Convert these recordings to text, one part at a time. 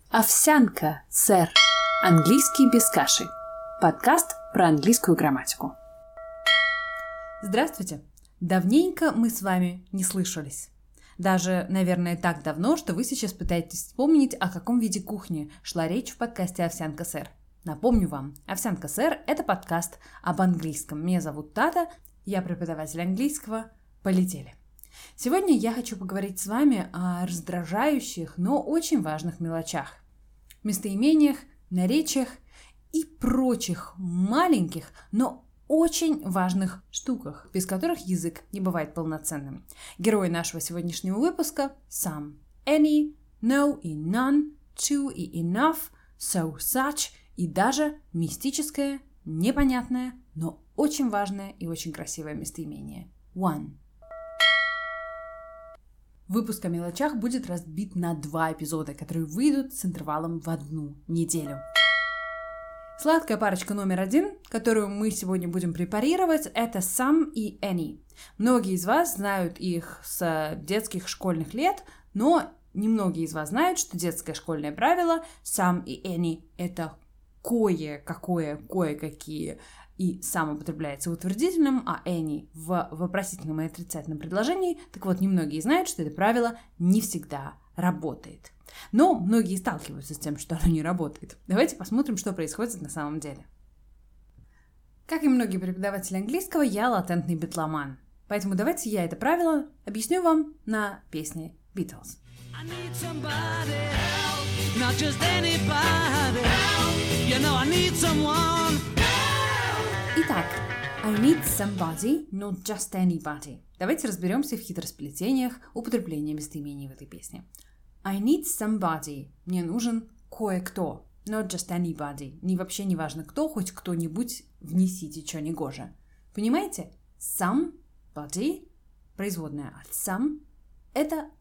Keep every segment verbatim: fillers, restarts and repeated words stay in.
Овсянка, сэр. Английский без каши. Подкаст про английскую грамматику. Здравствуйте! Давненько мы с вами не слышались. Даже, наверное, так давно, что вы сейчас пытаетесь вспомнить, о каком виде кухни шла речь в подкасте «Овсянка, сэр». Напомню вам, «Овсянка, сэр» — это подкаст об английском. Меня зовут Тата, я преподаватель английского. Полетели! Сегодня я хочу поговорить с вами о раздражающих, но очень важных мелочах. Местоимениях, наречиях и прочих маленьких, но очень важных штуках, без которых язык не бывает полноценным. Герои нашего сегодняшнего выпуска – some, any, no и none, to и enough, so, such и даже мистическое, непонятное, но очень важное и очень красивое местоимение – one. Выпуск о мелочах будет разбит на два эпизода, которые выйдут с интервалом в одну неделю. Сладкая парочка номер один, которую мы сегодня будем препарировать, это some и any. Многие из вас знают их с детских школьных лет, но немногие из вас знают, что детское школьное правило some и any – это кое-какое, кое-какие, и some употребляется в утвердительном, а any в вопросительном и отрицательном предложении. Так вот, немногие знают, что это правило не всегда работает. Но многие сталкиваются с тем, что оно не работает. Давайте посмотрим, что происходит на самом деле. Как и многие преподаватели английского, я латентный битломан. Поэтому давайте я это правило объясню вам на песне Beatles. I need somebody help, not just anybody help. You know I need someone help. Итак, I need somebody, not just anybody. Давайте разберемся в хитросплетениях употребления местоимений в этой песне. I need somebody. Мне нужен кое-кто. Not just anybody. Не вообще не важно кто, хоть кто-нибудь внесите что негоже. Понимаете? Somebody, производная от some, это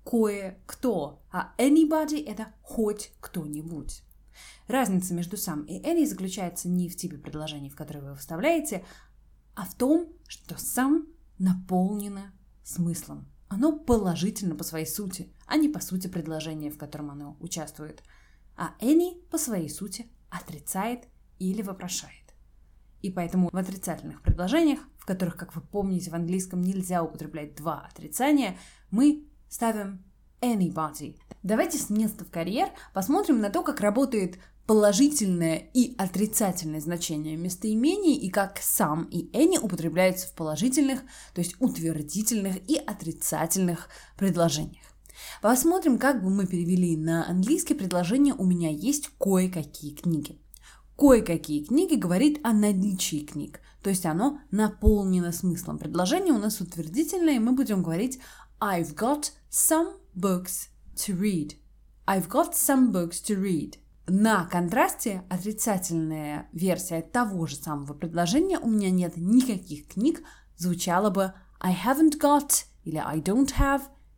кое-кто, а anybody это хоть кто-нибудь. Разница между some и any заключается не в типе предложений, в которые вы вставляете, а в том, что some наполнено смыслом. Оно положительно по своей сути, а не по сути предложения, в котором оно участвует. А any по своей сути отрицает или вопрошает. И поэтому в отрицательных предложениях, в которых, как вы помните, в английском нельзя употреблять два отрицания, мы ставим anybody. Давайте с места в карьер посмотрим на то, как работает положительное и отрицательное значение местоимений и как some и any употребляются в положительных, то есть утвердительных и отрицательных предложениях. Посмотрим, как бы мы перевели на английский предложение «у меня есть кое-какие книги». Кое-какие книги говорит о наличии книг, то есть оно наполнено смыслом. Предложение у нас утвердительное, и мы будем говорить I've got some books to read. I've got some books to read. На контрасте отрицательная версия того же самого предложения «у меня нет никаких книг» звучала бы I haven't got или I don't have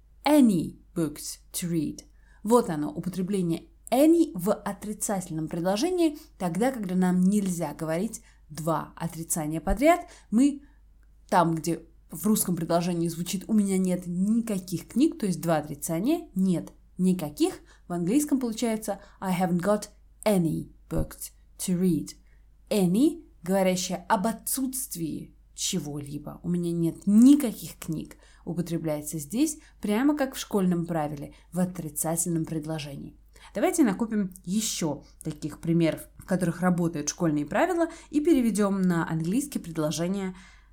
any books to read. Вот оно, употребление any в отрицательном предложении, тогда, когда нам нельзя говорить два отрицания подряд. Мы там, где в русском предложении звучит «у меня нет никаких книг», то есть два отрицания, нет никаких, в английском получается I haven't got any books to read. Any, говорящая об отсутствии чего-либо. У меня нет никаких книг. Употребляется здесь прямо как в школьном правиле, в отрицательном предложении. Давайте накопим еще таких примеров, в которых работают школьные правила, и переведем на английский предложение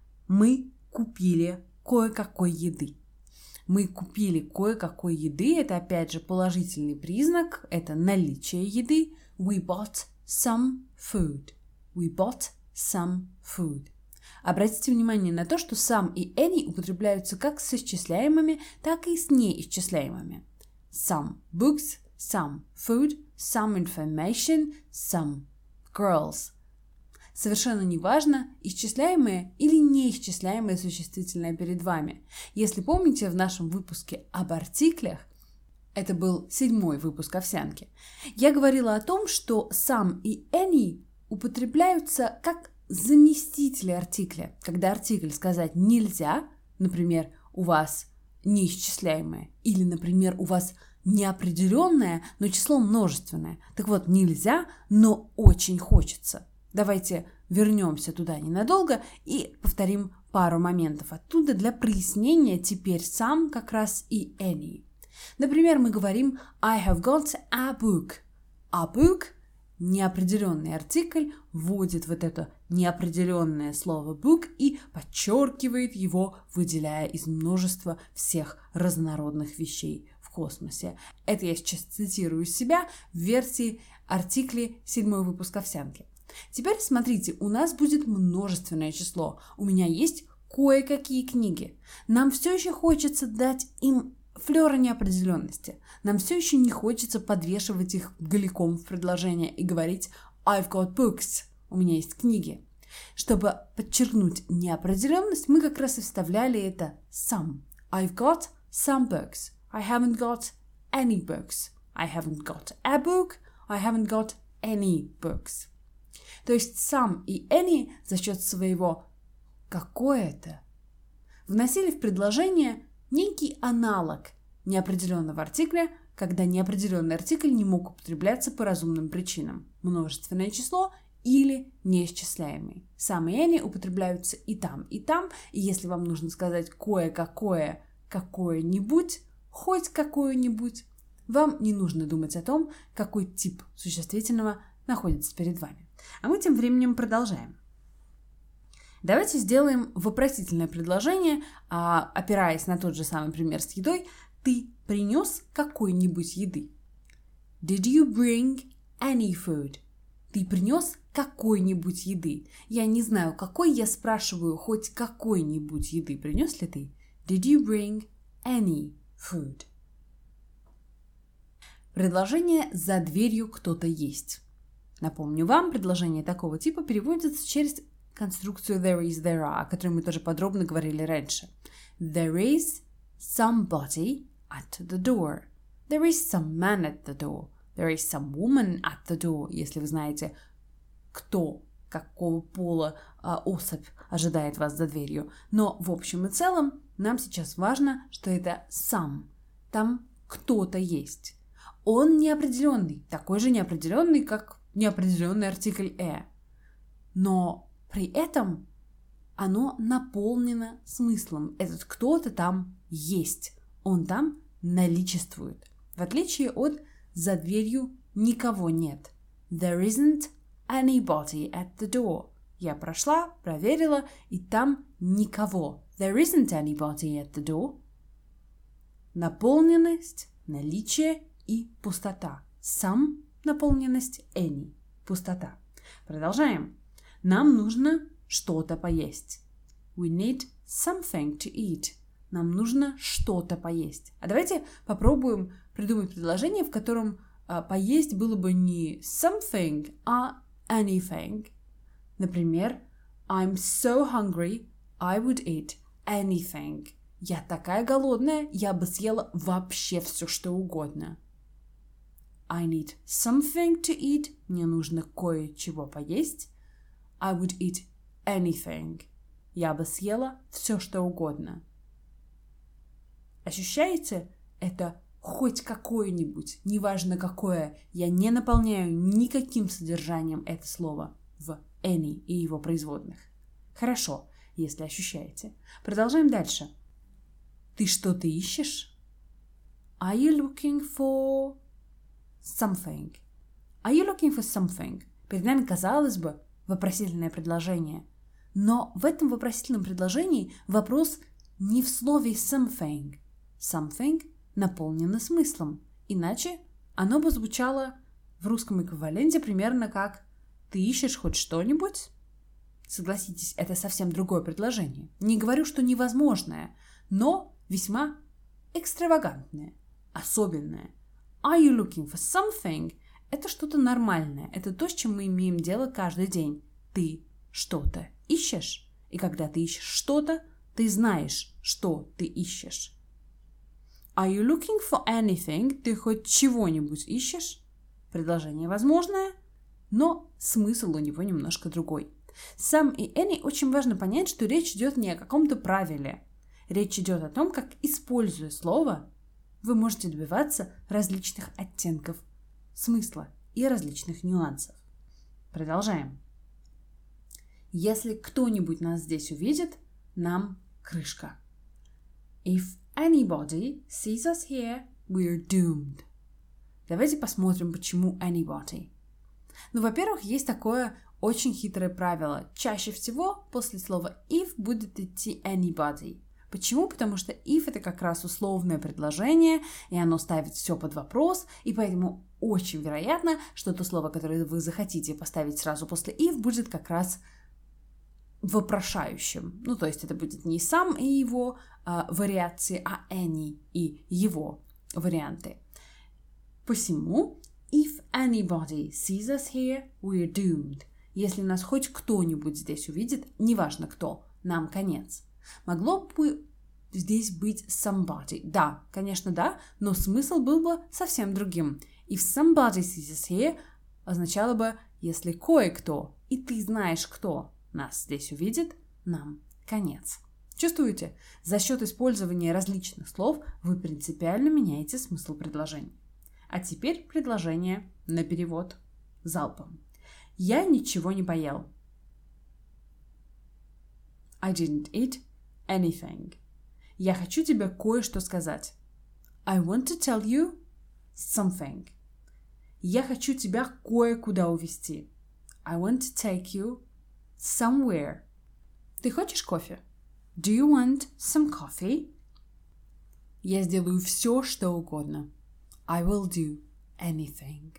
«мы купили кое-какой еды». Мы купили кое-какой еды, это опять же положительный признак, это наличие еды. We bought some food. We bought some food. Обратите внимание на то, что some и any употребляются как с исчисляемыми, так и с неисчисляемыми. Some books, some food, some information, some girls. Совершенно неважно, исчисляемое или неисчисляемое существительное перед вами. Если помните, в нашем выпуске об артиклях, это был седьмой выпуск «Овсянки», я говорила о том, что some и any употребляются как заместители артикля. Когда артикль сказать нельзя, например, у вас неисчисляемое, или, например, у вас неопределенное, но число множественное. Так вот, нельзя, но очень хочется. Давайте вернемся туда ненадолго и повторим пару моментов оттуда для прояснения теперь сам как раз и any. Например, мы говорим I have got a book. A book – неопределенный артикль, вводит вот это неопределенное слово book и подчеркивает его, выделяя из множества всех разнородных вещей в космосе. Это я сейчас цитирую себя в версии артикли седьмой выпуск «Овсянки». Теперь смотрите, у нас будет множественное число. У меня есть кое-какие книги. Нам все еще хочется дать им флёра неопределенности. Нам все еще не хочется подвешивать их голиком в предложение и говорить I've got books. У меня есть книги. Чтобы подчеркнуть неопределенность, мы как раз и вставляли это some. I've got some books. I haven't got any books. I haven't got a book. I haven't got any books. То есть some и any за счет своего какое-то вносили в предложение некий аналог неопределенного артикля, когда неопределенный артикль не мог употребляться по разумным причинам. Множественное число или неисчисляемый. Some и any употребляются и там, и там, и если вам нужно сказать кое-какое, какое-нибудь, хоть какое-нибудь, вам не нужно думать о том, какой тип существительного находится перед вами. А мы тем временем продолжаем. Давайте сделаем вопросительное предложение, а, опираясь на тот же самый пример с едой. Ты принес какой-нибудь еды? Did you bring any food? Ты принес какой-нибудь еды? Я не знаю, какой, я спрашиваю, хоть какой-нибудь еды принес ли ты? Did you bring any food? Предложение «за дверью кто-то есть». Напомню вам, предложение такого типа переводится через конструкцию there is, there are, о которой мы тоже подробно говорили раньше. There is somebody at the door. There is some man at the door. There is some woman at the door. Если вы знаете, кто, какого пола э, особь ожидает вас за дверью. Но в общем и целом нам сейчас важно, что это some. Там кто-то есть. Он неопределенный, такой же неопределенный, как неопределенный артикль «э». Но при этом оно наполнено смыслом. Этот кто-то там есть. Он там наличествует. В отличие от «за дверью никого нет». There isn't anybody at the door. Я прошла, проверила, и там никого. There isn't anybody at the door. Наполненность, наличие и пустота. Some – наполненность, any – пустота. Продолжаем. Нам нужно что-то поесть. We need something to eat. Нам нужно что-то поесть. А давайте попробуем придумать предложение, в котором а, поесть было бы не something, а anything. Например, I'm so hungry, I would eat anything. Я такая голодная, я бы съела вообще все, что угодно. I need something to eat. Мне нужно кое-чего поесть. I would eat anything. Я бы съела все, что угодно. Ощущаете? Это хоть какое-нибудь, неважно какое. Я не наполняю никаким содержанием это слово в any и его производных. Хорошо, если ощущаете. Продолжаем дальше. Ты что-то ищешь? Are you looking for something? Are you looking for something? Перед нами, казалось бы, вопросительное предложение. Но в этом вопросительном предложении вопрос не в слове something. Something наполнено смыслом. Иначе оно бы звучало в русском эквиваленте примерно как «Ты ищешь хоть что-нибудь?» Согласитесь, это совсем другое предложение. Не говорю, что невозможное, но весьма экстравагантное, особенное. Are you looking for something? Это что-то нормальное. Это то, с чем мы имеем дело каждый день. Ты что-то ищешь. И когда ты ищешь что-то, ты знаешь, что ты ищешь. Are you looking for anything? Ты хоть чего-нибудь ищешь? Предложение возможное, но смысл у него немножко другой. Some и any очень важно понять, что речь идет не о каком-то правиле. Речь идет о том, как, используя слово, вы можете добиваться различных оттенков смысла и различных нюансов. Продолжаем. Если кто-нибудь нас здесь увидит, нам крышка. If anybody sees us here, we're doomed. Давайте посмотрим, почему anybody. Ну, во-первых, есть такое очень хитрое правило. Чаще всего после слова if будет идти anybody. Почему? Потому что if это как раз условное предложение, и оно ставит все под вопрос, и поэтому очень вероятно, что то слово, которое вы захотите поставить сразу после if, будет как раз вопрошающим. Ну, то есть это будет не сам и его а, вариации, а any и его варианты. Посему, if anybody sees us here, we're doomed. Если нас хоть кто-нибудь здесь увидит, неважно кто, нам конец. Могло бы здесь быть somebody. Да, конечно, да, но смысл был бы совсем другим. If somebody sees us here означало бы, если кое-кто, и ты знаешь кто, нас здесь увидит, нам конец. Чувствуете? За счет использования различных слов вы принципиально меняете смысл предложений. А теперь предложение на перевод залпом. Я ничего не поел. I didn't eat anything. Я хочу тебе кое-что сказать. I want to tell you something. Я хочу тебя кое-куда увезти. I want to take you somewhere. Ты хочешь кофе? Do you want some coffee? Я сделаю все, что угодно. I will do anything.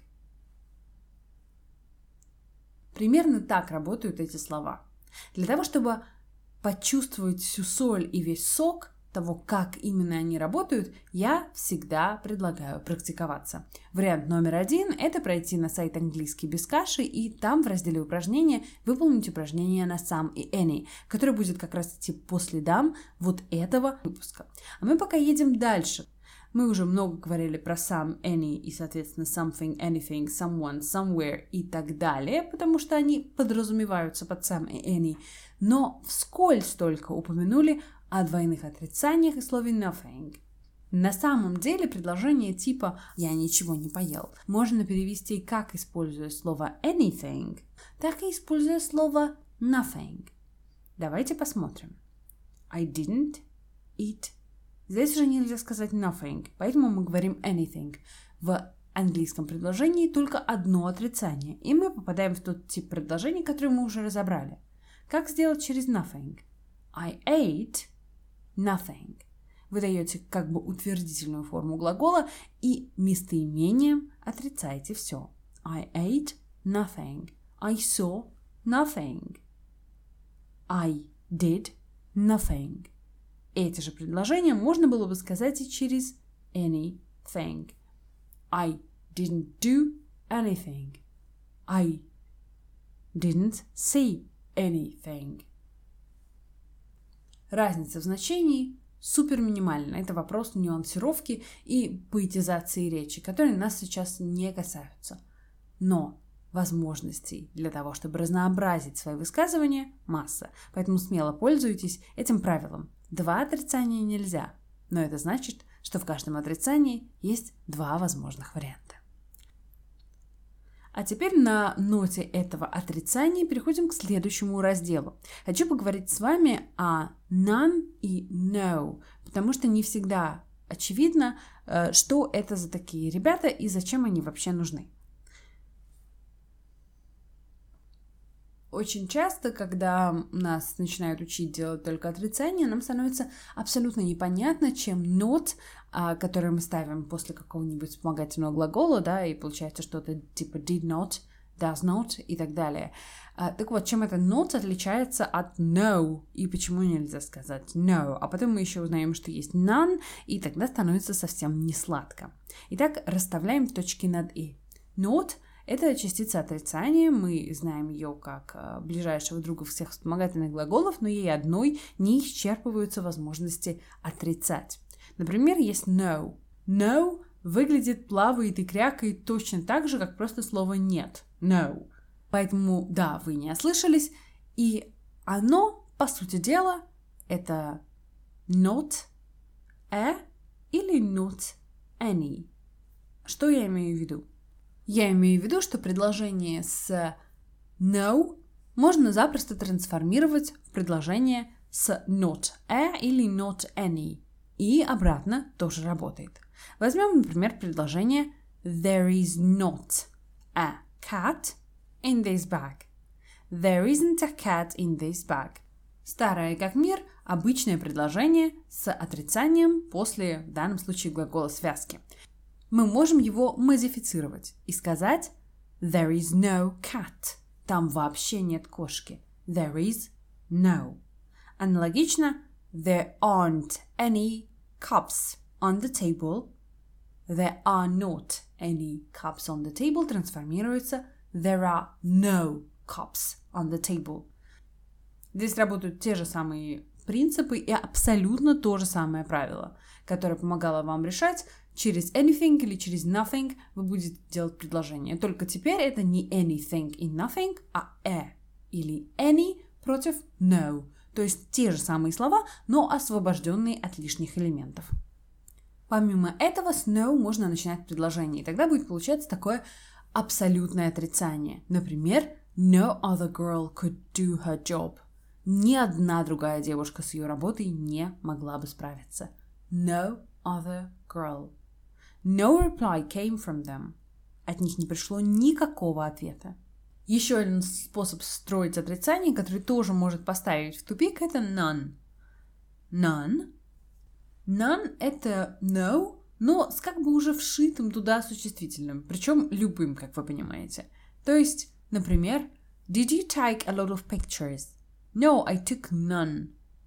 Примерно так работают эти слова. Для того, чтобы почувствовать всю соль и весь сок того, как именно они работают, я всегда предлагаю практиковаться. Вариант номер один – это пройти на сайт «Английский без каши» и там в разделе упражнения выполнить упражнение на some и any, которое будет как раз идти по следам вот этого выпуска. А мы пока едем дальше. Мы уже много говорили про some, any и, соответственно, something, anything, someone, somewhere и так далее, потому что они подразумеваются под some и any, но вскользь только упомянули о двойных отрицаниях и слове nothing. На самом деле предложение типа «я ничего не поел» можно перевести как используя слово anything, так и используя слово nothing. Давайте посмотрим. I didn't eat. Здесь уже нельзя сказать nothing, поэтому мы говорим anything. В английском предложении только одно отрицание, и мы попадаем в тот тип предложений, который мы уже разобрали. Как сделать через nothing? I ate nothing. Вы даете как бы утвердительную форму глагола и местоимением отрицаете все. I ate nothing. I saw nothing. I did nothing. Эти же предложения можно было бы сказать и через anything. I didn't do anything. I didn't see anything. Разница в значении супер минимальна. Это вопрос нюансировки и поэтизации речи, которые нас сейчас не касаются. Но возможностей для того, чтобы разнообразить свои высказывания, масса. Поэтому смело пользуйтесь этим правилом. Два отрицания нельзя, но это значит, что в каждом отрицании есть два возможных варианта. А теперь на ноте этого отрицания переходим к следующему разделу. Хочу поговорить с вами о none и no, потому что не всегда очевидно, что это за такие ребята и зачем они вообще нужны. Очень часто, когда нас начинают учить делать только отрицания, нам становится абсолютно непонятно, чем not, который мы ставим после какого-нибудь вспомогательного глагола, да, и получается что-то типа did not, does not и так далее. Так вот, чем это not отличается от no, и почему нельзя сказать no, а потом мы еще узнаем, что есть none, и тогда становится совсем не сладко. Итак, расставляем точки над «и». Not — это частица отрицания, мы знаем ее как ближайшего друга всех вспомогательных глаголов, но ей одной не исчерпываются возможности отрицать. Например, есть no. No выглядит, плавает и крякает точно так же, как просто слово нет. No. Поэтому, да, вы не ослышались, и оно, по сути дела, это not a или not any. Что я имею в виду? Я имею в виду, что предложение с no можно запросто трансформировать в предложение с not a или not any. И обратно тоже работает. Возьмем, например, предложение There is not a cat in this bag. There isn't a cat in this bag. Старое как мир, обычное предложение с отрицанием после, в данном случае, глагола связки. Мы можем его модифицировать и сказать There is no cat. Там вообще нет кошки. There is no. Аналогично There aren't any cups on the table. There are not any cups on the table трансформируется There are no cups on the table. Здесь работают те же самые принципы и абсолютно то же самое правило, которое помогало вам решать через anything или через nothing вы будете делать предложение. Только теперь это не anything и nothing, а a или any против no. То есть те же самые слова, но освобожденные от лишних элементов. Помимо этого, с no можно начинать предложение, и тогда будет получаться такое абсолютное отрицание. Например, no other girl could do her job. Ни одна другая девушка с ее работой не могла бы справиться. No other girl. No reply came from them. От них не пришло никакого ответа. Еще один способ строить отрицание, который тоже может поставить в тупик, это none. None. None – это no, но с как бы уже вшитым туда существительным, причем любым, как вы понимаете. То есть, например, Did you take a lot of pictures? No, I took none.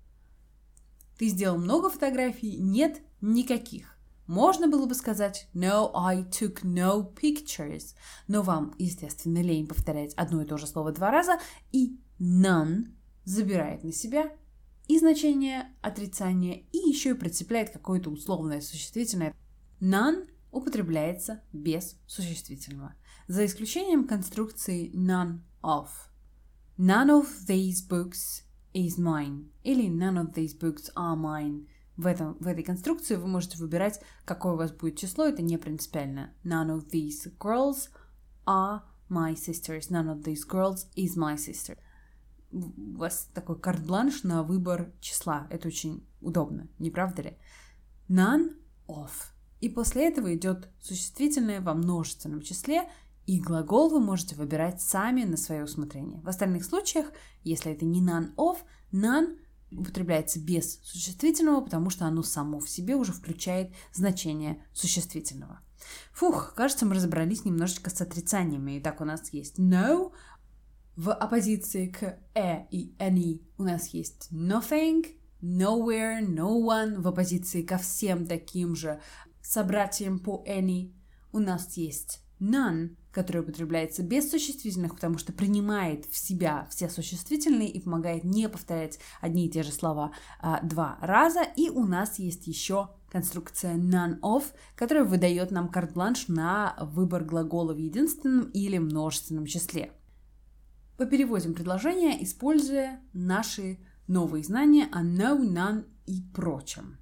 Ты сделал много фотографий? Нет, никаких. Можно было бы сказать No, I took no pictures. Но вам, естественно, лень повторять одно и то же слово два раза, и none забирает на себя и значение отрицания, и еще и прицепляет какое-то условное существительное. None употребляется без существительного, за исключением конструкции none of. None of these books is mine. Или none of these books are mine. В, этом, в этой конструкции вы можете выбирать, какое у вас будет число, это не принципиально. None of these girls are my sisters. None of these girls is my sister. У вас такой карт-бланш на выбор числа. Это очень удобно, не правда ли? None of. И после этого идет существительное во множественном числе, и глагол вы можете выбирать сами на свое усмотрение. В остальных случаях, если это не none of, none употребляется без существительного, потому что оно само в себе уже включает значение существительного. Фух, кажется, мы разобрались немножечко с отрицаниями. Итак, у нас есть no, в оппозиции к a и any у нас есть nothing, nowhere, no one, в оппозиции ко всем таким же собратьям по any у нас есть none, который употребляется без существительных, потому что принимает в себя все существительные и помогает не повторять одни и те же слова а, два раза. И у нас есть еще конструкция none of, которая выдает нам карт-бланш на выбор глагола в единственном или множественном числе. Попереводим предложение, используя наши новые знания о no, none и прочем.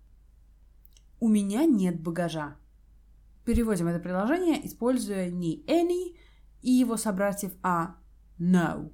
У меня нет багажа. Переводим это предложение, используя не any и его собратьев, а no.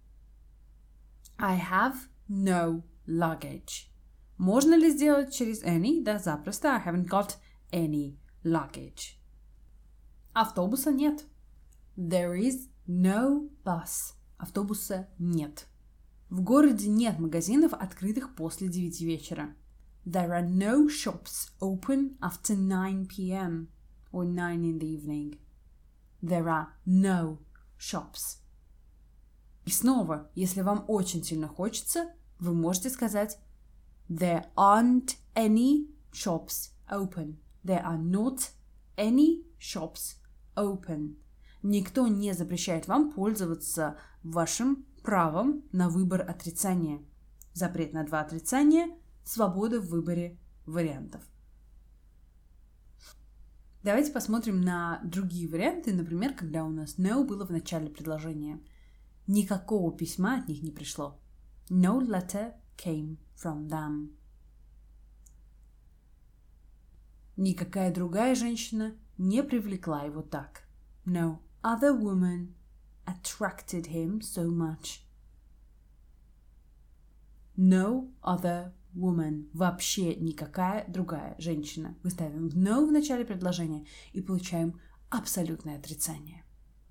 I have no luggage. Можно ли сделать через any? Да, запросто. I haven't got any luggage. Автобуса нет. There is no bus. Автобуса нет. В городе нет магазинов, открытых после девяти вечера. There are no shops open after nine p.m. or nine in the evening. There are no shops. И снова, если вам очень сильно хочется, вы можете сказать There aren't any shops open. There are not any shops open. Никто не запрещает вам пользоваться вашим правом на выбор отрицания. Запрет на два отрицания, свобода в выборе вариантов. Давайте посмотрим на другие варианты, например, когда у нас no было в начале предложения. Никакого письма от них не пришло. No letter came from them. Никакая другая женщина не привлекла его так. No other woman attracted him so much. No other woman. Вообще никакая другая женщина. Мы ставим no в начале предложения и получаем абсолютное отрицание.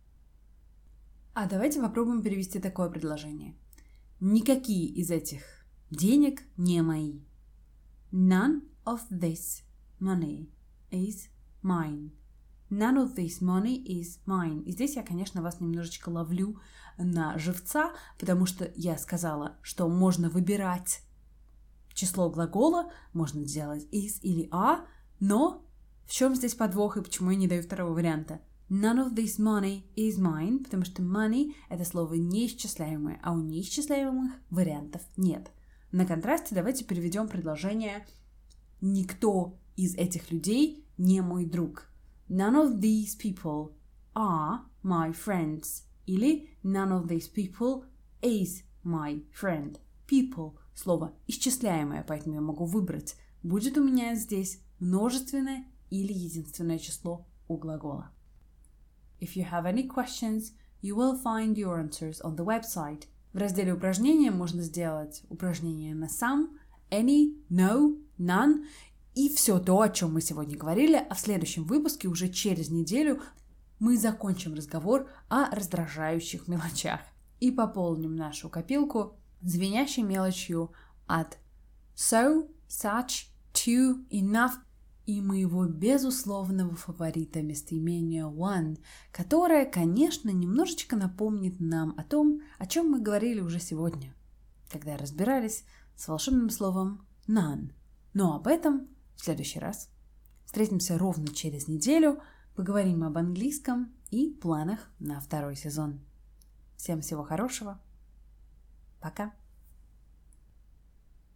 А давайте попробуем перевести такое предложение. Никакие из этих денег не мои. None of this money is mine. None of this money is mine. И здесь я, конечно, вас немножечко ловлю на живца, потому что я сказала, что можно выбирать число глагола, можно сделать is или are, но в чем здесь подвох и почему я не даю второго варианта? None of this money is mine, потому что money – это слово неисчисляемое, а у неисчисляемых вариантов нет. На контрасте давайте переведем предложение «Никто из этих людей не мой друг». None of these people are my friends. Или none of these people is my friend. People – слово исчисляемое, поэтому я могу выбрать, будет у меня здесь множественное или единственное число у глагола. If you have any questions, you will find your answers on the website. В разделе упражнения можно сделать упражнения на some, any, no, none и все то, о чем мы сегодня говорили, а в следующем выпуске уже через неделю мы закончим разговор о раздражающих мелочах и пополним нашу копилку звенящей мелочью от so, such, to, enough и моего безусловного фаворита местоимения one, которое, конечно, немножечко напомнит нам о том, о чем мы говорили уже сегодня, когда разбирались с волшебным словом none. Но об этом в следующий раз. Встретимся ровно через неделю, поговорим об английском и планах на второй сезон. Всем всего хорошего. Пока.